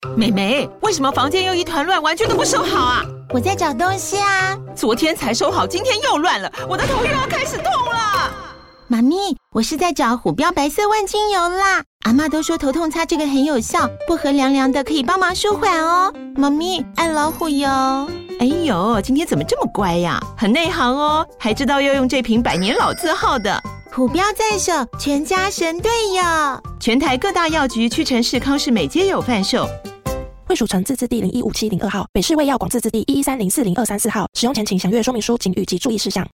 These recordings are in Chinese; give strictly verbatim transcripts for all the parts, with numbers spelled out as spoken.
妹妹，为什么房间又一团乱，完全都不收好啊？ 我在找东西啊。 昨天才收好，今天又乱了，我的头又要开始痛了。 妈咪，我是在找虎标白色万金油啦。阿嬷都说头痛擦这个很有效，薄荷凉凉的，可以帮忙舒缓哦。妈咪，爱老虎油。 哎呦，今天怎么这么乖呀？很内行哦，还知道要用这瓶百年老字号的。 虎标在手，全家神队友。 全台各大药局、屈臣氏、康士美皆有贩售。 惠蜀城自治地零一五七零二号，北市卫药广自治地一一三零四零二三四号。使用前请详阅说明书、警语及注意事项。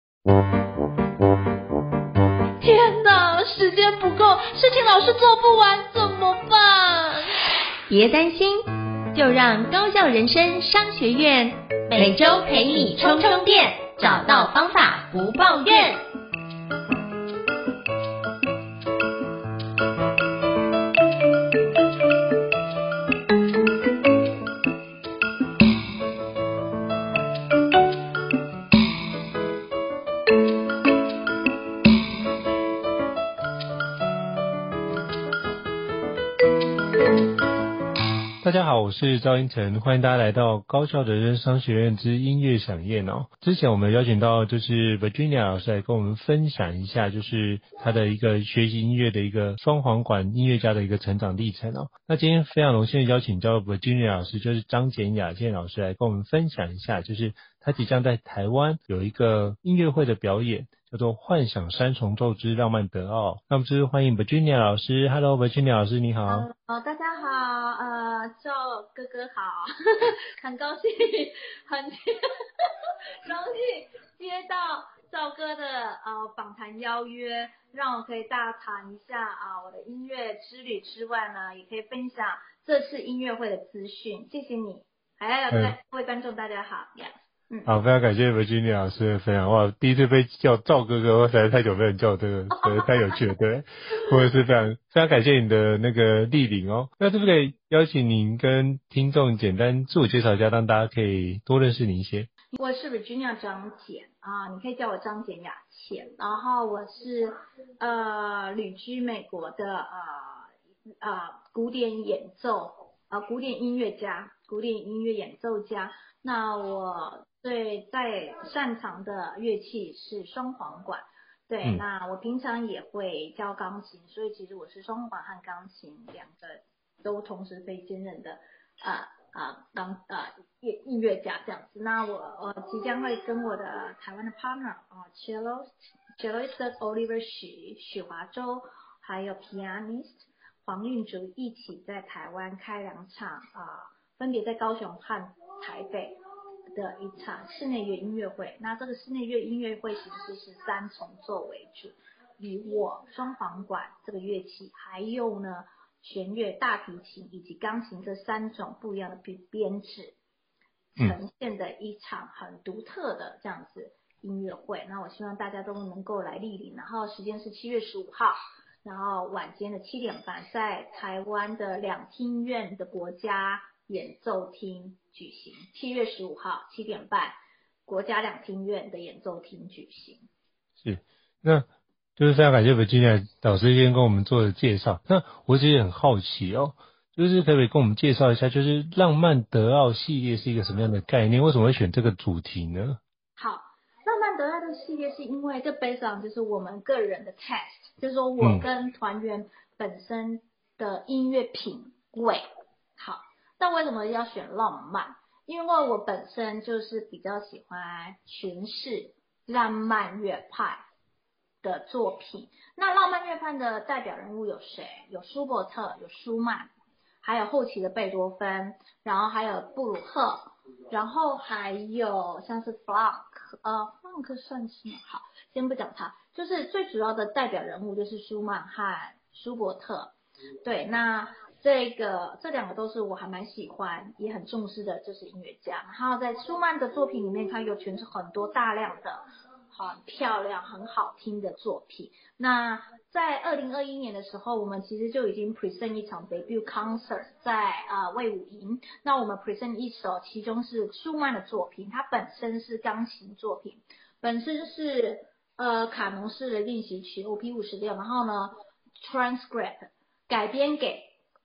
天哪，时间不够，事情老是做不完，怎么办？ 别担心，就让高效人生商学院每周陪你充充电，找到方法不抱怨。 大家好，我是赵英成，欢迎大家来到高效的人生商学院之音乐飨宴哦。之前我们邀请到就是 Virginia 老师来跟我们分享一下，就是他的一个学习音乐的一个双簧管音乐家的一个成长历程哦。那今天非常荣幸的邀请到 Virginia 老师，就是张简雅健老师来跟我们分享一下，就是他即将在台湾有一个音乐会的表演，叫做幻想三重奏之浪漫德奥。那我们就是欢迎 Virginia 老师。 Hello Virginia 老师，你好。 哦，大家好，呃，赵哥哥好，很高兴，很高兴接到赵哥的呃访谈邀约，让我可以大谈一下啊、呃、我的音乐之旅之外呢，也可以分享这次音乐会的资讯。谢谢你，还有各位观众大家好。Yes。嗯， 好，非常感谢 Virginia 老师的分享。哇，第一次被叫赵哥哥，我实在太久没有人叫这个，实在太有趣了，对。我也是非常非常感谢你的那个莅临哦。那是不是可以邀请您跟听众简单自我介绍一下，让大家可以多认识你一些？ 我是 Virginia 张简啊，你可以叫我张简雅倩。然后我是呃旅居美国的呃呃古典演奏呃古典音乐家，古典音乐演奏家。那我对在擅长的乐器是双簧管，对、嗯，那我平常也会教钢琴，所以其实我是双簧管和钢琴两个都同时可以兼任的啊啊当啊音音乐家这样子。那我我即将会跟我的台湾的 partner 啊 cello cellist Oliver 许许华洲，还有 pianist 黄韵竹一起在台湾开两场啊，分别在高雄和台北的一场室内乐音乐会。那这个室内乐音乐会其实是三重奏为主，以我双簧管这个乐器，还有呢弦乐、大提琴以及钢琴这三种不一样的编制，呈现的一场很独特的这样子音乐会。嗯、那我希望大家都能够来莅临，然后时间是七月十五号，然后晚间的七点半，在台湾的两厅院的国家演奏厅举行。七月十五号七点半，国家两厅院的演奏厅举行。 是，那就是非常感谢 Virginia 老师今天跟我们做的介绍。那我其实很好奇哦，就是可不可以跟我们介绍一下，就是浪漫德奥系列是一个什么样的概念？为什么会选这个主题呢？ 好，浪漫德奥的系列是因为这 based on 就是我们个人的 test， 就是说我跟团员本身的音乐品味。嗯、好。那为什么要选浪漫？因为我本身就是比较喜欢诠释浪漫乐派的作品。那浪漫乐派的代表人物有谁？有舒伯特，有舒曼，还有后期的贝多芬，然后还有布鲁赫，然后还有像是 Frank， 呃 Frank 算是好，先不讲他，就是最主要的代表人物就是舒曼和舒伯特。对，那这个这两个都是我还蛮喜欢也很重视的，就是音乐家。然后在舒曼的作品里面，他有诠释很多大量的很漂亮很好听的作品。那在二零二一年的时候，我们其实就已经 present 一场 debut concert 在呃魏武营。那我们 present 一首，其中是舒曼的作品，它本身是钢琴作品，本身是呃卡农式的练习曲 O P 五十六，然后呢 transcript 改编给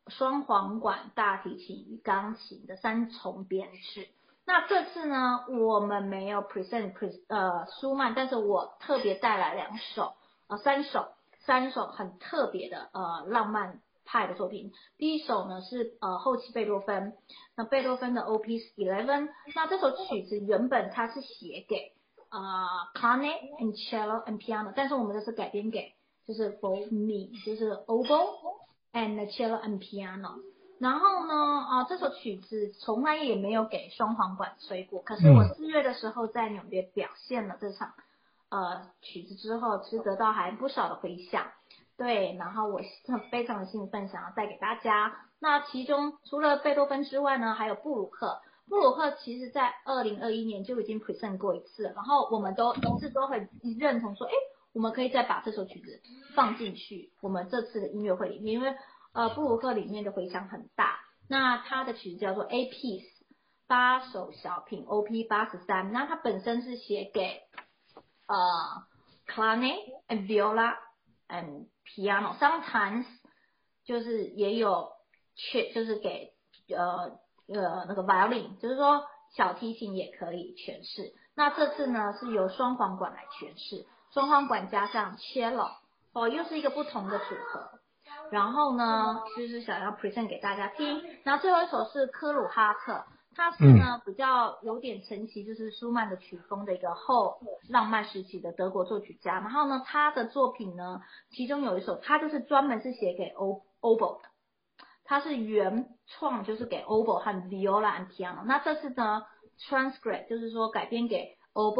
双簧管、大提琴与钢琴的三重编制。那这次呢，我们没有 present pre 呃舒曼，但是我特别带来两首呃三首三首很特别的呃浪漫派的作品。第一首呢是呃后期贝多芬，那贝多芬的 Opus 十一，那这首曲子原本它是写给呃 clarinet and cello and piano， 但是我们这是改编给就是 for me， 就是 oboe and cello and piano。然后呢，啊、呃，这首曲子从来也没有给双簧管吹过。可是我四月的时候在纽约表现了这场呃曲子之后，其实得到还不少的回响。对，然后我非常的兴奋，想要带给大家。那其中除了贝多芬之外呢，还有布鲁克。布鲁克其实在二零二一年就已经 present 过一次了，然后我们都一致都很认同说，哎，我们可以再把这首曲子放进去我们这次的音乐会里面，因为呃，布鲁克里面的回响很大，那它的曲子叫做 A Piece 八首小品 O P 八十三，那它本身是写给呃 clarinet and viola and piano，sometimes 就是也有确就是给呃呃那个 violin， 就是说小提琴也可以诠释。那这次呢是由双簧管来诠释，双簧管加上 cello， 哦，又是一个不同的组合。然后呢，就是想要 present 给大家听。然后最后一首是科鲁哈特，他是呢、嗯、比较有点承袭就是舒曼的曲风的一个后浪漫时期的德国作曲家。然后呢，他的作品呢，其中有一首他就是专门是写给 oboe 的，他是原创就是给 oboe 和 viola and piano。那这次呢 transcript 就是说改编给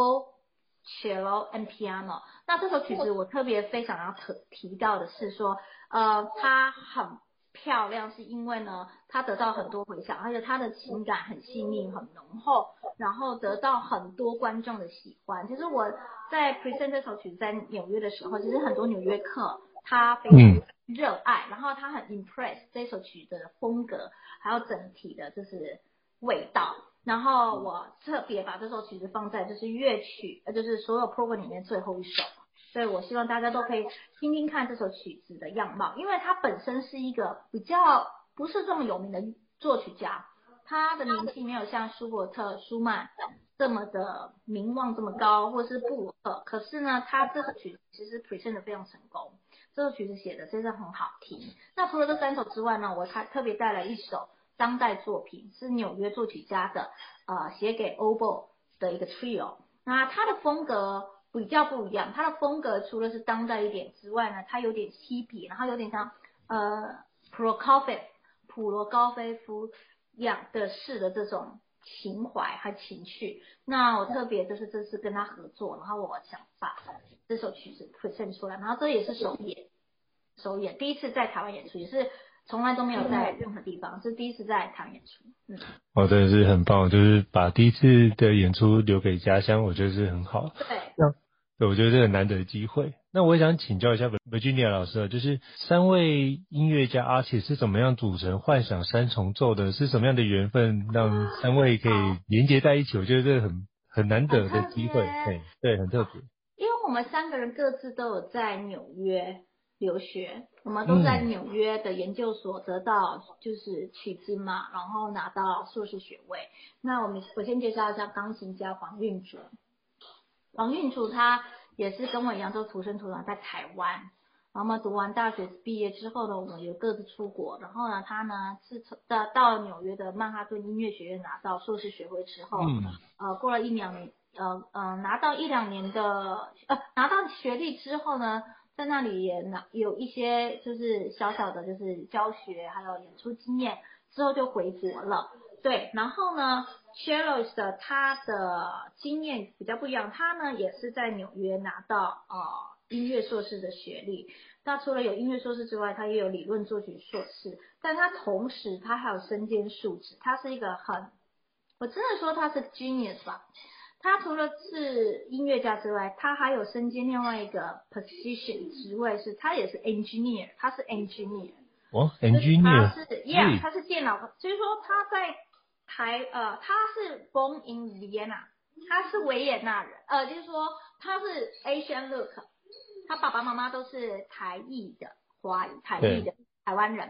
oboe、cello and piano。那这首曲子我特别非常要提到的是说。呃，它很漂亮，是因为呢，它得到很多回响，而且它的情感很细腻、很浓厚，然后得到很多观众的喜欢。其实我在 present 这首曲子在纽约的时候，其实很多纽约客他非常热爱，嗯、然后他很 impress 这首曲子的风格，还有整体的就是味道。然后我特别把这首曲子放在就是乐曲，呃，就是所有 program 里面最后一首。所以我希望大家都可以听听看这首曲子的样貌，因为它本身是一个比较不是这么有名的作曲家，他的名气没有像舒伯特、舒曼这么的名望这么高，或是布鲁克，可是呢，他这首曲子其实 present 的非常成功，这首曲子写的真的很好听。那除了这三首之外呢，我还特别带来一首当代作品，是纽约作曲家的呃写给 oboe 的一个 trio， 那他的风格比较不一样，它的风格除了是当代一点之外呢，它有点嬉皮，然后有点像呃普罗高菲普罗高菲夫样的式的这种情怀和情绪。那我特别就是这次跟他合作，然后我想把这首曲子 present 出来，然后这也是首演，首演第一次在台湾演出，也是从来都没有在任何地方，是第一次在台湾演出。嗯， 哦，真的是很棒，就是把第一次的演出留给家乡，我觉得是很好。 对， 对，我觉得这个难得的机会。那我也想请教一下 Virginia 老师，就是三位音乐家 artist 是怎么样组成幻想三重奏的？是什么样的缘分让三位可以连接在一起？我觉得这个很很难得的机会，对对，很特别。 因为我们三个人各自都有在纽约留学，我们都在纽约的研究所得到就是取经嘛，然后拿到硕士学位。那我们我先介绍一下钢琴家黄韵竹。黄韵竹他也是跟我一样都土生土长在台湾，然后我们读完大学毕业之后呢，我们有各自出国，然后呢他呢是到到纽约的曼哈顿音乐学院拿到硕士学位之后，嗯、呃过了一两年呃呃拿到一两年的呃拿到学历之后呢，在那里也拿有一些就是小小的就是教学还有演出经验，之后就回国了。对，然后呢 cello 的他的经验比较不一样，他呢也是在纽约拿到呃音乐硕士的学历。那除了有音乐硕士之外，他也有理论作曲硕士，但他同时他还有身兼数职，他是一个很，我真的说他是 genius 吧。他除了是音乐家之外，他还有身兼另外一个 position 职位，是他也是 engineer， 他是 engineer。 哦 ，engineer。 他是 ，yeah， 他是电脑，所以说他在台呃，他是 born in Vienna， 他是维也纳人，呃，就是说他是 Asian look， 他爸爸妈妈都是台裔的华裔，台裔的台湾人。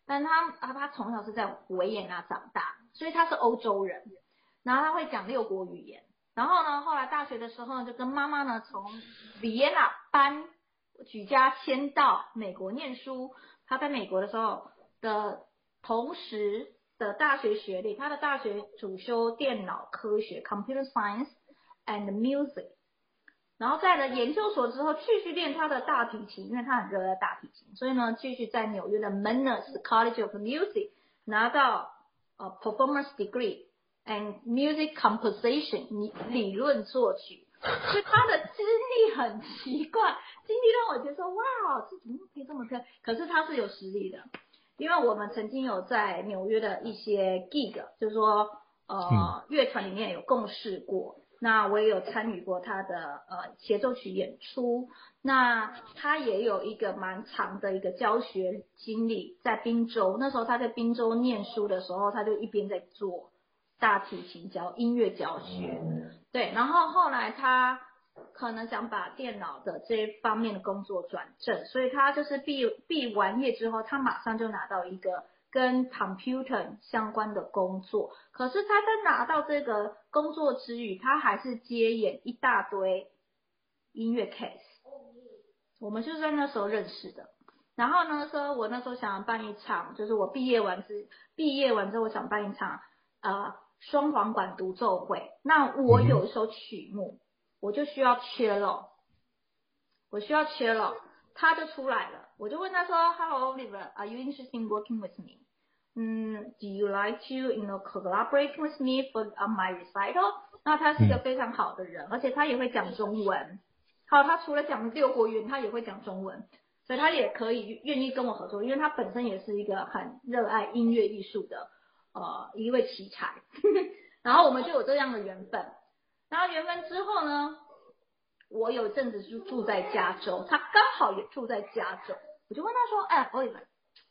但他啊他从小是在维也纳长大，所以他是欧洲人，然后他会讲六国语言。然后呢，后来大学的时候呢，就跟妈妈呢从维也纳搬举家迁到美国念书。他在美国的时候的同时的大学学历，他的大学主修电脑科学 （Computer Science and Music）， 然后在了研究所之后继续练他的大提琴，因为他很热爱大提琴，所以呢继续在纽约的 Mendes College of Music 拿到呃 Performance Degree and Music Composition 理论作曲。所以他的经历很奇怪，经历让我觉得说哇，这怎么可以这么漂亮？可是他是有实力的，因为我们曾经有在纽约的一些 gig， 就是说呃乐团里面有共事过，那我也有参与过他的呃协奏曲演出，那他也有一个蛮长的一个教学经历，在宾州，那时候他在宾州念书的时候，他就一边在做大提琴教音乐教学，对，然后后来他可能想把电脑的这一方面的工作转正，所以他就是毕毕完业之后，他马上就拿到一个跟 computer 相关的工作。可是他在拿到这个工作之余，他还是接演一大堆音乐 case。我们就是在那时候认识的。然后呢，说我那时候想要办一场，就是我毕业完之毕业完之后，我想办一场呃双簧管独奏会。那我有一首曲目。嗯，我就需要 cello， 我需要 cello， 他就出来了，我就问他说 ，Hello Oliver, are you interested in working with me? 嗯 ，Do you like to, you know, collaborate with me for my recital? 那他是一个非常好的人，而且他也会讲中文。好，他除了讲六国语言，他也会讲中文，所以他也可以愿意跟我合作，因为他本身也是一个很热爱音乐艺术的呃一位奇才。然后我们就有这样的缘分。然后缘分之后呢，我有阵子就住在加州，他刚好也住在加州，我就问他说，哎 Oliver,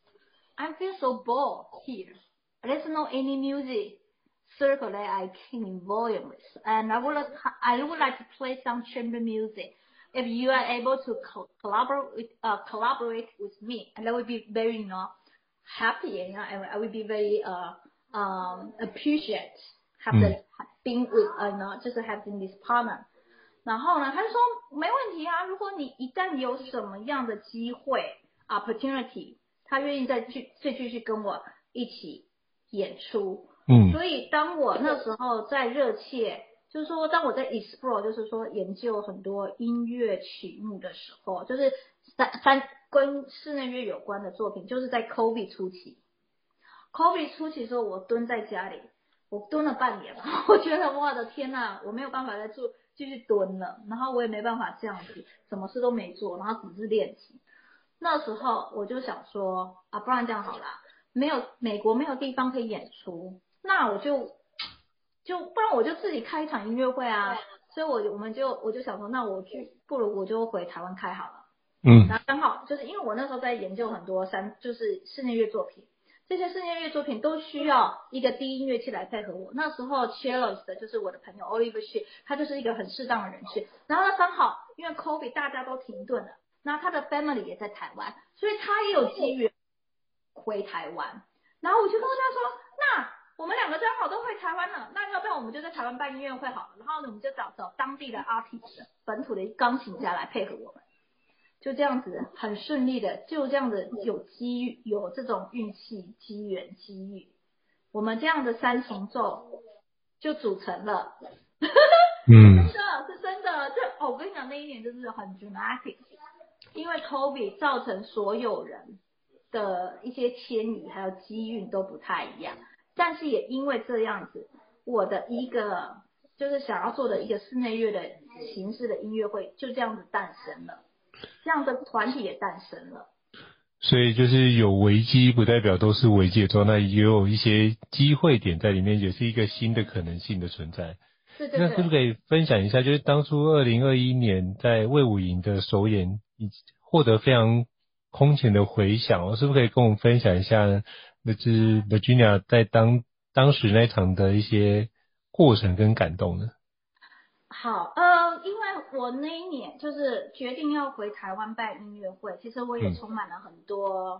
I feel so bored here. There's no any music circle that I can involve with, and I would like, I would like to play some chamber music. If you are able to co- collaborate with, uh, collaborate with me, and that would be very, you know, happy, and you know, I would be very uh um appreciate have the、嗯、being with uh no 就是 having this partner。然后呢，他就说没问题啊，如果你一旦有什么样的机会 opportunity， 他愿意再去再继续跟我一起演出。嗯，所以当我那时候在热切，就是说当我在 explore， 就是说研究很多音乐曲目的时候，就是三三跟室内乐有关的作品，就是在 COVID 初期。COVID 初期的时候，我蹲在家里，我蹲了半年了，我觉得我的天哪，我没有办法再做继续蹲了，然后我也没办法这样子，什么事都没做，然后只是练琴。那时候我就想说啊，不然这样好啦，没有美国没有地方可以演出，那我就就不然我就自己开一场音乐会啊。所以我我们就我就想说，那我去不如我就回台湾开好了。嗯，然后刚好就是因为我那时候在研究很多山就是室内乐作品。这些室内乐作品都需要一个低音乐器来配合我。那时候 cello 的就是我的朋友 Oliver She， 他就是一个很适当的人选。然后他刚好因为 COVID 大家都停顿了，那他的 family 也在台湾，所以他也有机缘回台湾。然后我就跟他说，那我们两个正好都回台湾了，那要不然我们就在台湾办音乐会好了。然后呢，我们就找找当地的 artist 本土的钢琴家来配合我们。就这样子很顺利的，就这样子有机遇，有这种运气、机缘、机遇，我们这样的三重奏就组成了。嗯，真的是真的，这哦，我跟你讲，那一年就是很 dramatic， 因为 COVID 造成所有人的一些迁移还有机运都不太一样，但是也因为这样子，我的一个就是想要做的一个室内乐的形式的音乐会就这样子诞生了。这样的团体也诞生了。 所以就是有危机不代表都是危机的状态，也有一些机会点在里面，也是一个新的可能性的存在。 对对对。 那是不是可以分享一下，就是当初二零二一年在卫武营的首演获得非常空前的回响，是不是可以跟我们分享一下那支 Virginia 在当当时那场的一些过程跟感动呢？ 好，呃，因为我那一年就是决定要回台湾办音乐会，其实我也充满了很多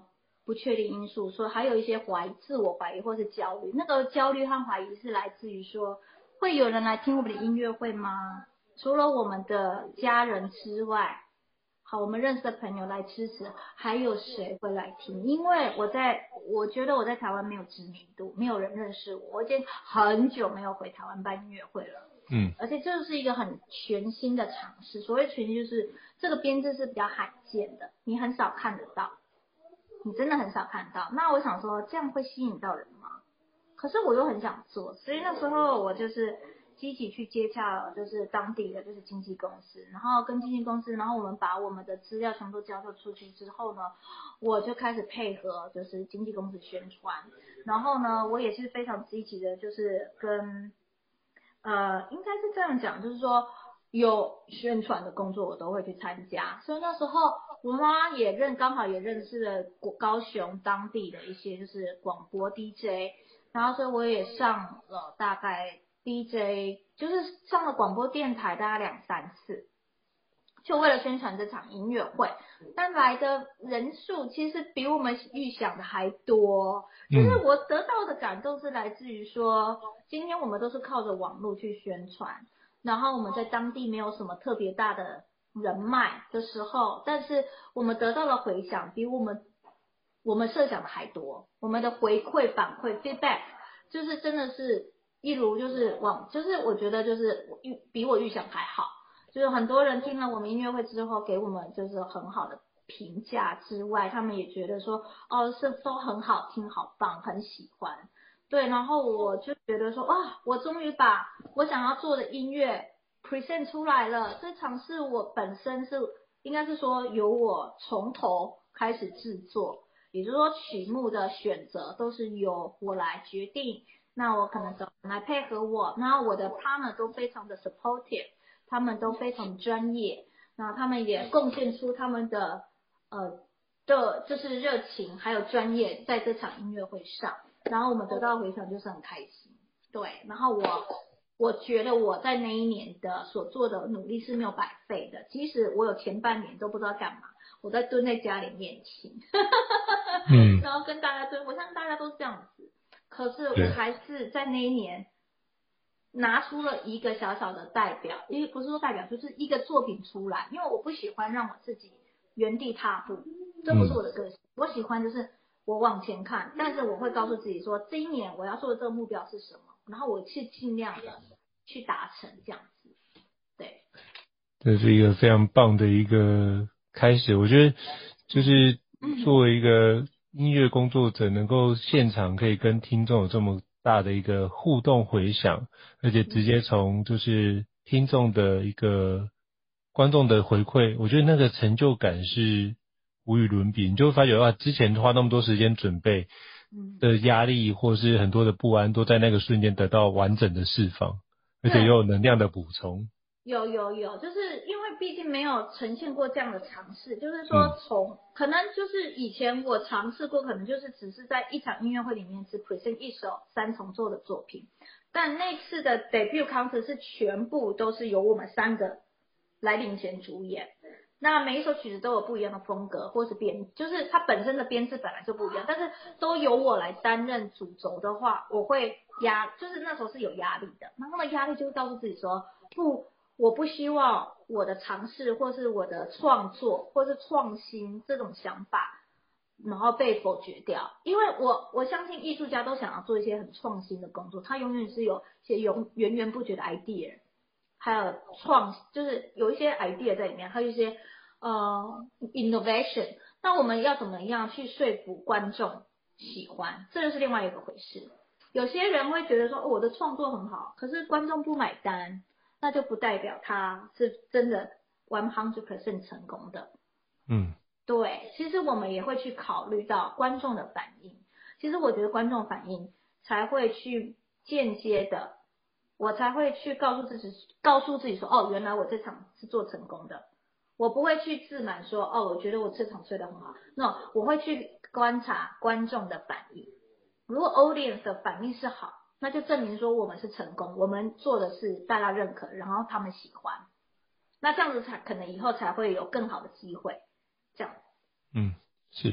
不确定因素，所以还有一些怀疑、自我怀疑或是焦虑。那个焦虑和怀疑是来自于说，会有人来听我们的音乐会吗？除了我们的家人之外，好，我们认识的朋友来支持，还有谁会来听？因为我在，我觉得我在台湾没有知名度，没有人认识我，我已经很久没有回台湾办音乐会了。 嗯， 而且这是一个很全新的尝试。所谓全新，就是这个编制是比较罕见的，你很少看得到，你真的很少看到。那我想说，这样会吸引到人吗？可是我又很想做，所以那时候我就是积极去接洽，就是当地的就是经纪公司，然后跟经纪公司，然后我们把我们的资料全部交售出去之后呢，我就开始配合就是经纪公司宣传，然后呢，我也是非常积极的，就是跟呃，应该是这样讲，就是说有宣传的工作我都会去参加，所以那时候我妈妈也认刚好也认识了高雄当地的一些就是广播 D J， 然后所以我也上了大概 D J， 就是上了广播电台大概两三次，就为了宣传这场音乐会，但来的人数其实比我们预想的还多，就是我得到的感动是来自于说，今天我们都是靠着网络去宣传，然后我们在当地没有什么特别大的人脉的时候，但是我们得到的回响比我们我们设想的还多，我们的回馈反馈 feedback 就是真的是一如就是往就是我觉得就是预比我预想还好，就是很多人听了我们音乐会之后给我们就是很好的评价之外，他们也觉得说哦是都很好听好棒很喜欢，对，然后我就觉得说哇我终于把我想要做的音乐 present 出来了，这场是我本身是应该是说由我从头开始制作，也就是说曲目的选择都是由我来决定，那我可能找人来配合我，然后我的 partner 都非常的 supportive， 他们都非常专业，那他们也贡献出他们的呃的就是热情还有专业在这场音乐会上，然后我们得到的回响就是很开心，对，然后我我觉得我在那一年的所做的努力是没有白费的，即使我有前半年都不知道干嘛，我在蹲在家里练琴嗯，然后跟大家蹲，我相信大家都是这样子，可是我还是在那一年拿出了一个小小的代表，因为不是说代表就是一个作品出来，因为我不喜欢让我自己原地踏步，这不是我的个性、嗯、我喜欢就是我往前看，但是我会告诉自己说这一年我要做的这个目标是什么，然后我去尽量的去达成这样子，对， 这是一个非常棒的一个开始，我觉得就是作为一个音乐工作者能够现场可以跟听众有这么大的一个互动回响，而且直接从就是听众的一个观众的回馈，我觉得那个成就感是无与伦比，你就会发觉哇，之前花那么多时间准备的压力或是很多的不安都在那个瞬间得到完整的释放，而且又有能量的补充。 有有有，就是因为毕竟没有呈现过这样的尝试，就是说从、嗯、可能就是以前我尝试过，可能就是只是在一场音乐会里面只 present 一首三重奏的作品，但那次的 debut concert 是全部都是由我们三个来领衔主演，那每一首曲子都有不一样的风格或是编，就是它本身的编制本来就不一样，但是都由我来担任主轴的话，我会压，就是那时候是有压力的，那那么压力就会告诉自己说不，我不希望我的尝试或是我的创作或是创新这种想法然后被否决掉，因为我我相信艺术家都想要做一些很创新的工作，他永远是有一些源源源不绝的 idea， 还有创就是有一些 idea 在里面，还有一些呃 innovation， 那我们要怎么样去说服观众喜欢，这就是另外一个回事。有些人会觉得说、哦、我的创作很好，可是观众不买单，那就不代表他是真的 百分之百 成功的。嗯，对，其实我们也会去考虑到观众的反应，其实我觉得观众反应才会去间接的，我才会去告诉自己告诉自己说哦，原来我这场是做成功的，我不会去自满说哦，我觉得我这场吹得很好， no， 我会去观察观众的反应，如果 audience 的反应是好，那就证明说我们是成功，我们做的是大家认可，然后他们喜欢，那这样子才可能以后才会有更好的机会，这样。 嗯，是。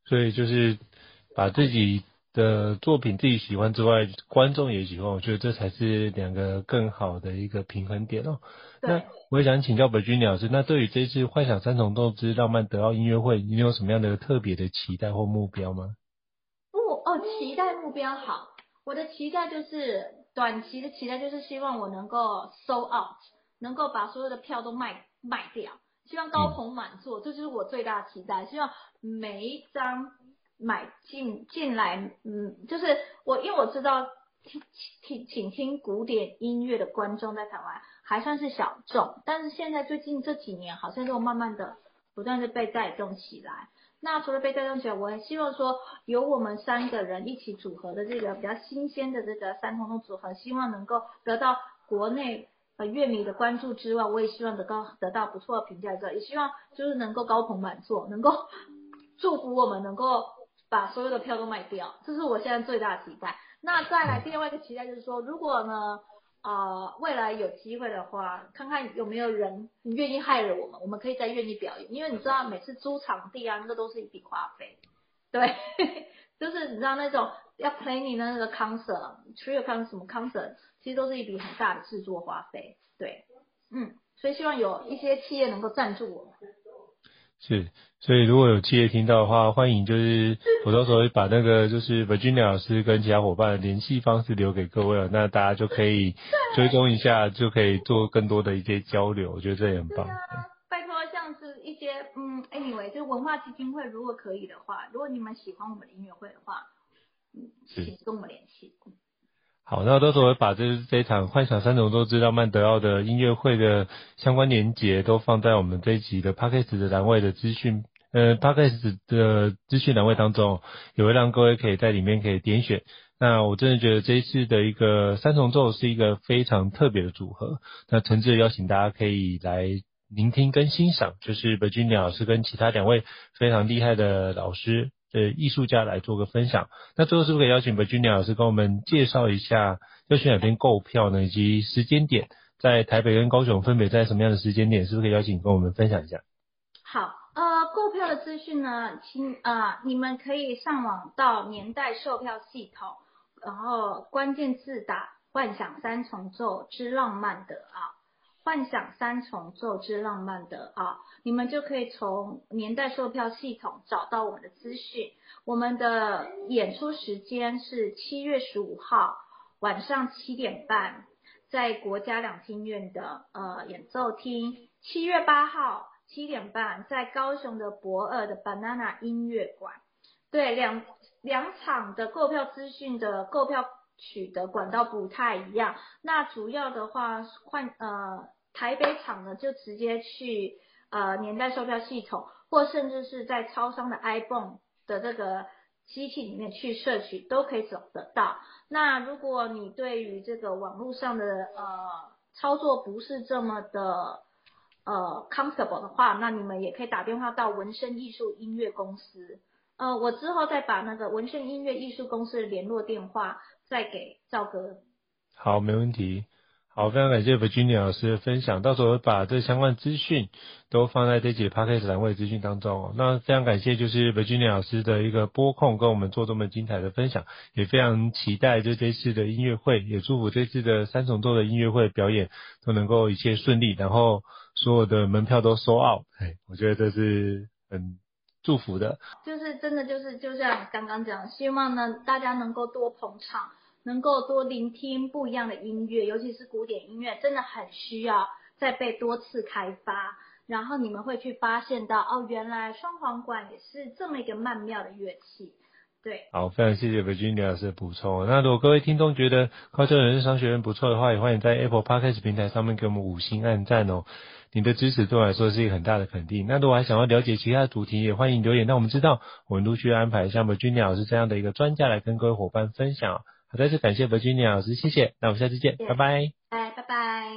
所以就是把自己的作品自己喜欢之外，观众也喜欢，我觉得这才是两个更好的一个平衡点哦。那我也想请教 Virginia 老师，那对于这次幻想三重奏之浪漫德奥音乐会，你有什么样的特别的期待或目标吗？ 哦哦，期待目标好，我的期待就是短期的期待就是希望我能够 sold out， 能够把所有的票都卖卖掉，希望高朋满座，嗯、这就是我最大的期待，希望每一张买进进来，嗯，就是我因为我知道听听请听古典音乐的观众在台湾还算是小众，但是现在最近这几年好像都慢慢的不断的被带动起来。那除了被带动起来，我也希望说由我们三个人一起组合的这个比较新鲜的这个三重奏组合，希望能够得到国内呃乐迷的关注之外，我也希望得到得到不错的评价之外，也希望就是能够高朋满座，能够祝福我们能够把所有的票都卖掉，这是我现在最大的期待。那再来另外一个期待就是说，如果呢呃未来有机会的话，看看有没有人愿意害了我们，我们可以再愿意表演，因为你知道每次租场地啊，那个都是一笔花费，对，就是你知道那种要 planning 的那个 concert trio concert 什么 concert， 其实都是一笔很大的制作花费，对，嗯，所以希望有一些企业能够赞助我们。 是，所以如果有企业听到的话，欢迎就是我到时候会把那个就是 Virginia 老师跟其他伙伴的联系方式留给各位了，那大家就可以追踪一下，就可以做更多的一些交流，我觉得这也很棒。 啊、拜托，像是一些嗯 anyway 就是文化基金会，如果可以的话，如果你们喜欢我们的音乐会的话，嗯，请跟我们联系。 好，那到时候会把这这一场幻想三重奏之浪漫德奥的音乐会的相关连结都放在我们这一集的 Podcast 的栏位的资讯，呃 Podcast 的资讯栏位当中，也会让各位可以在里面可以点选。那我真的觉得这一次的一个三重奏是一个非常特别的组合，那诚挚的邀请大家可以来聆听跟欣赏，就是 Virginia 老师跟其他两位非常厉害的老师的艺术家来做个分享。那最后是不是可以邀请 Virginia 老师跟我们介绍一下要去哪边购票呢，以及时间点，在台北跟高雄分别在什么样的时间点，是不是可以邀请跟我们分享一下？ 好，呃，购票的资讯呢，请呃你们可以上网到年代售票系统，然后关键字打幻想三重奏之浪漫德奥，幻想三重奏之浪漫德奥，你们就可以从年代售票系统找到我们的资讯。我们的演出时间是七月十五号晚上七点半，在国家两厅院的呃演奏厅。七月八号七点半，在高雄的博二的 Banana 音乐馆。对，两两场的购票资讯的购票取得管道不太一样。那主要的话，换呃台北场呢就直接去呃年代售票系统，或甚至是在超商的 iPhone 的这个机器里面去摄取，都可以找得到。那如果你对于这个网络上的呃操作不是这么的呃 comfortable 的话，那你们也可以打电话到文声艺术音乐公司。呃，我之后再把那个文声音乐艺术公司的联络电话再给赵哥。 好，没问题。好，非常感谢 Virginia 老师的分享，到时候会把这相关资讯都放在这节 Podcast 栏位资讯当中哦。那非常感谢就是 Virginia 老师的一个播控跟我们做这么精彩的分享，也非常期待就这次的音乐会，也祝福这次的三重奏的音乐会表演都能够一切顺利，然后所有的门票都sold out，我觉得这是很祝福的。 就是真的就是就像刚刚讲，希望呢大家能够多捧场，能够多聆听不一样的音乐，尤其是古典音乐真的很需要再被多次开发，然后你们会去发现到哦，原来双簧管也是这么一个曼妙的乐器。对， 好，非常谢谢 Virginia 老师的补充。那如果各位听众觉得高效人生商学院不错的话，也欢迎在 Apple Podcast 平台上面给我们五星按赞哦。你的支持对我来说是一个很大的肯定。那如果还想要了解其他的主题，也欢迎留言让我们知道，我们陆续安排像 Virginia 老师这样的一个专家来跟各位伙伴分享。好，再次感谢 Virginia 老师，谢谢。那我们下次见，拜拜。 哎，拜拜。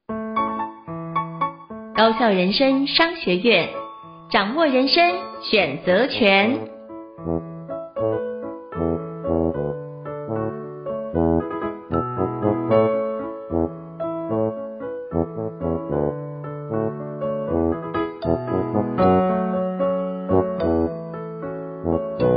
高效人生商学院，掌握人生选择权。 Thank you.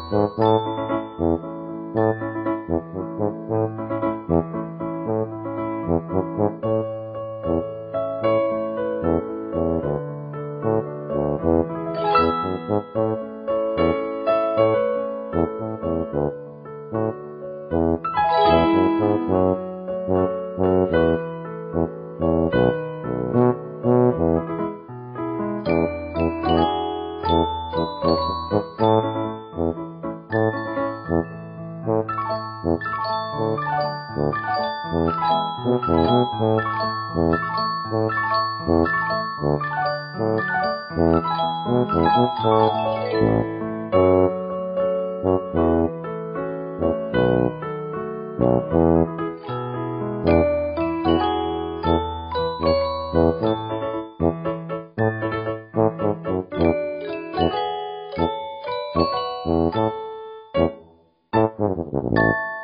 Thank you.